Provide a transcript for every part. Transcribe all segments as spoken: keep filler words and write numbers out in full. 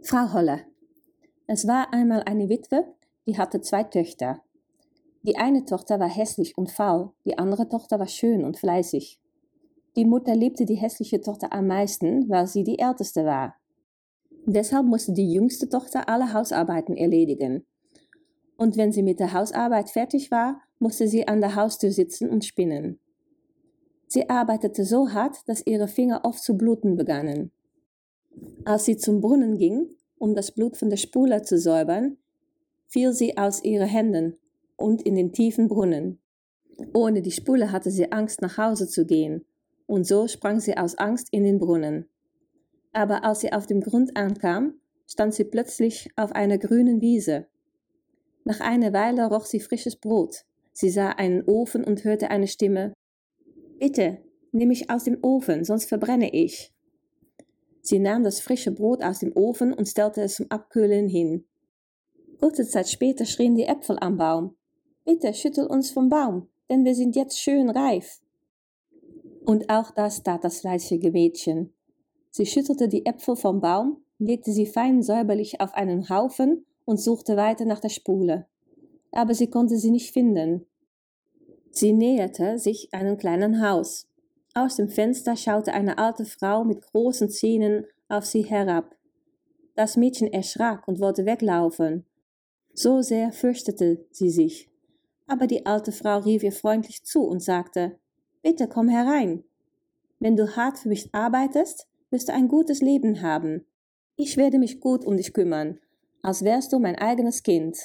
Frau Holle. Es war einmal eine Witwe, die hatte zwei Töchter. Die eine Tochter war hässlich und faul, die andere Tochter war schön und fleißig. Die Mutter liebte die hässliche Tochter am meisten, weil sie die älteste war. Deshalb musste die jüngste Tochter alle Hausarbeiten erledigen. Und wenn sie mit der Hausarbeit fertig war, musste sie an der Haustür sitzen und spinnen. Sie arbeitete so hart, dass ihre Finger oft zu bluten begannen. Als sie zum Brunnen ging, um das Blut von der Spule zu säubern, fiel sie aus ihren Händen und in den tiefen Brunnen. Ohne die Spule hatte sie Angst, nach Hause zu gehen, und so sprang sie aus Angst in den Brunnen. Aber als sie auf dem Grund ankam, stand sie plötzlich auf einer grünen Wiese. Nach einer Weile roch sie frisches Brot. Sie sah einen Ofen und hörte eine Stimme: »Bitte, nimm mich aus dem Ofen, sonst verbrenne ich.« Sie nahm das frische Brot aus dem Ofen und stellte es zum Abkühlen hin. Kurze Zeit später schrien die Äpfel am Baum: »Bitte, schüttel uns vom Baum, denn wir sind jetzt schön reif.« Und auch das tat das fleißige Mädchen. Sie schüttelte die Äpfel vom Baum, legte sie fein säuberlich auf einen Haufen und suchte weiter nach der Spule. Aber sie konnte sie nicht finden. Sie näherte sich einem kleinen Haus. Aus dem Fenster schaute eine alte Frau mit großen Zähnen auf sie herab. Das Mädchen erschrak und wollte weglaufen. So sehr fürchtete sie sich. Aber die alte Frau rief ihr freundlich zu und sagte: »Bitte komm herein. Wenn du hart für mich arbeitest, wirst du ein gutes Leben haben. Ich werde mich gut um dich kümmern, als wärst du mein eigenes Kind.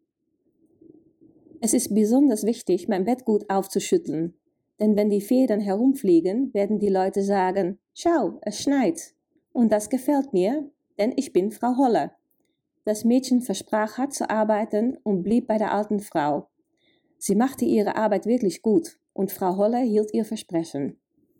Es ist besonders wichtig, mein Bett gut aufzuschütteln, denn wenn die Federn herumfliegen, werden die Leute sagen: »Schau, es schneit.« Und das gefällt mir, denn ich bin Frau Holle.« Das Mädchen versprach hart zu arbeiten und blieb bei der alten Frau. Sie machte ihre Arbeit wirklich gut, und Frau Holle hielt ihr Versprechen.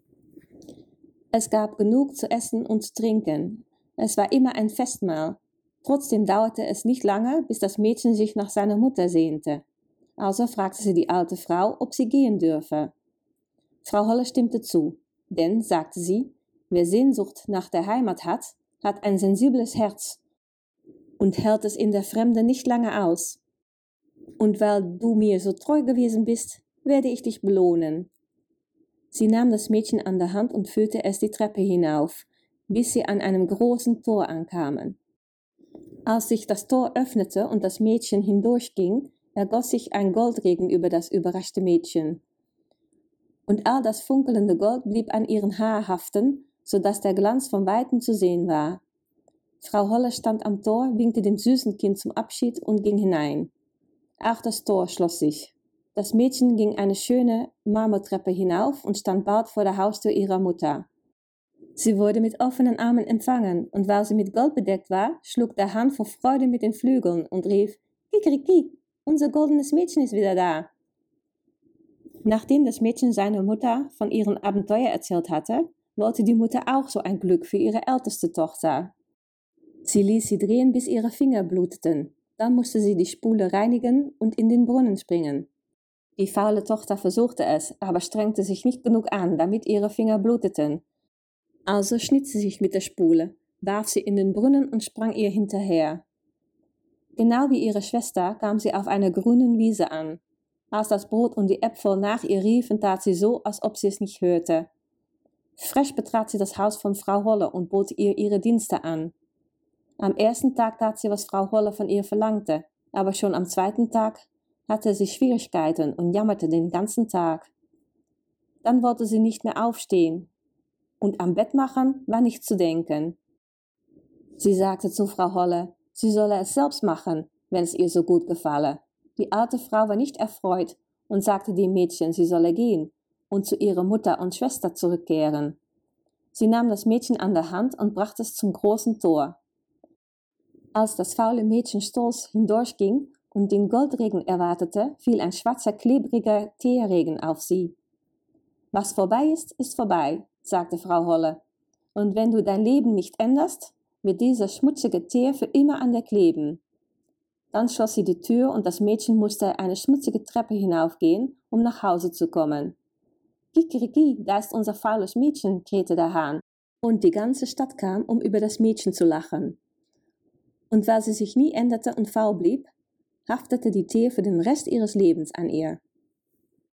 Es gab genug zu essen und zu trinken. Es war immer ein Festmahl. Trotzdem dauerte es nicht lange, bis das Mädchen sich nach seiner Mutter sehnte. Also fragte sie die alte Frau, ob sie gehen dürfe. Frau Holle stimmte zu, denn, sagte sie, wer Sehnsucht nach der Heimat hat, hat ein sensibles Herz und hält es in der Fremde nicht lange aus. Und weil du mir so treu gewesen bist, werde ich dich belohnen. Sie nahm das Mädchen an der Hand und führte es die Treppe hinauf, bis sie an einem großen Tor ankamen. Als sich das Tor öffnete und das Mädchen hindurchging, ergoss sich ein Goldregen über das überraschte Mädchen. Und all das funkelnde Gold blieb an ihren Haar haften, so dass der Glanz von weitem zu sehen war. Frau Holle stand am Tor, winkte dem süßen Kind zum Abschied und ging hinein. Auch das Tor schloss sich. Das Mädchen ging eine schöne Marmortreppe hinauf und stand bald vor der Haustür ihrer Mutter. Sie wurde mit offenen Armen empfangen, und weil sie mit Gold bedeckt war, schlug der Hahn vor Freude mit den Flügeln und rief: »Kikeriki, unser goldenes Mädchen ist wieder da!« Nachdem das Mädchen seiner Mutter von ihrem Abenteuer erzählt hatte, wollte die Mutter auch so ein Glück für ihre älteste Tochter. Sie ließ sie drehen, bis ihre Finger bluteten. Dann musste sie die Spule reinigen und in den Brunnen springen. Die faule Tochter versuchte es, aber strengte sich nicht genug an, damit ihre Finger bluteten. Also schnitt sie sich mit der Spule, warf sie in den Brunnen und sprang ihr hinterher. Genau wie ihre Schwester kam sie auf einer grünen Wiese an. Als das Brot und die Äpfel nach ihr riefen, tat sie so, als ob sie es nicht hörte. Frech betrat sie das Haus von Frau Holle und bot ihr ihre Dienste an. Am ersten Tag tat sie, was Frau Holle von ihr verlangte, aber schon am zweiten Tag hatte sie Schwierigkeiten und jammerte den ganzen Tag. Dann wollte sie nicht mehr aufstehen, und am Bett machen war nicht zu denken. Sie sagte zu Frau Holle, sie solle es selbst machen, wenn es ihr so gut gefalle. Die alte Frau war nicht erfreut und sagte dem Mädchen, sie solle gehen und zu ihrer Mutter und Schwester zurückkehren. Sie nahm das Mädchen an der Hand und brachte es zum großen Tor. Als das faule Mädchen stolz hindurchging und den Goldregen erwartete, fiel ein schwarzer, klebriger Teerregen auf sie. »Was vorbei ist, ist vorbei«, sagte Frau Holle. »Und wenn du dein Leben nicht änderst, wird dieser schmutzige Teer für immer an dir kleben.« Dann schloss sie die Tür und das Mädchen musste eine schmutzige Treppe hinaufgehen, um nach Hause zu kommen. »Kikeriki, da ist unser faules Mädchen«, krähte der Hahn, und die ganze Stadt kam, um über das Mädchen zu lachen. Und weil sie sich nie änderte und faul blieb, haftete die Tür für den Rest ihres Lebens an ihr.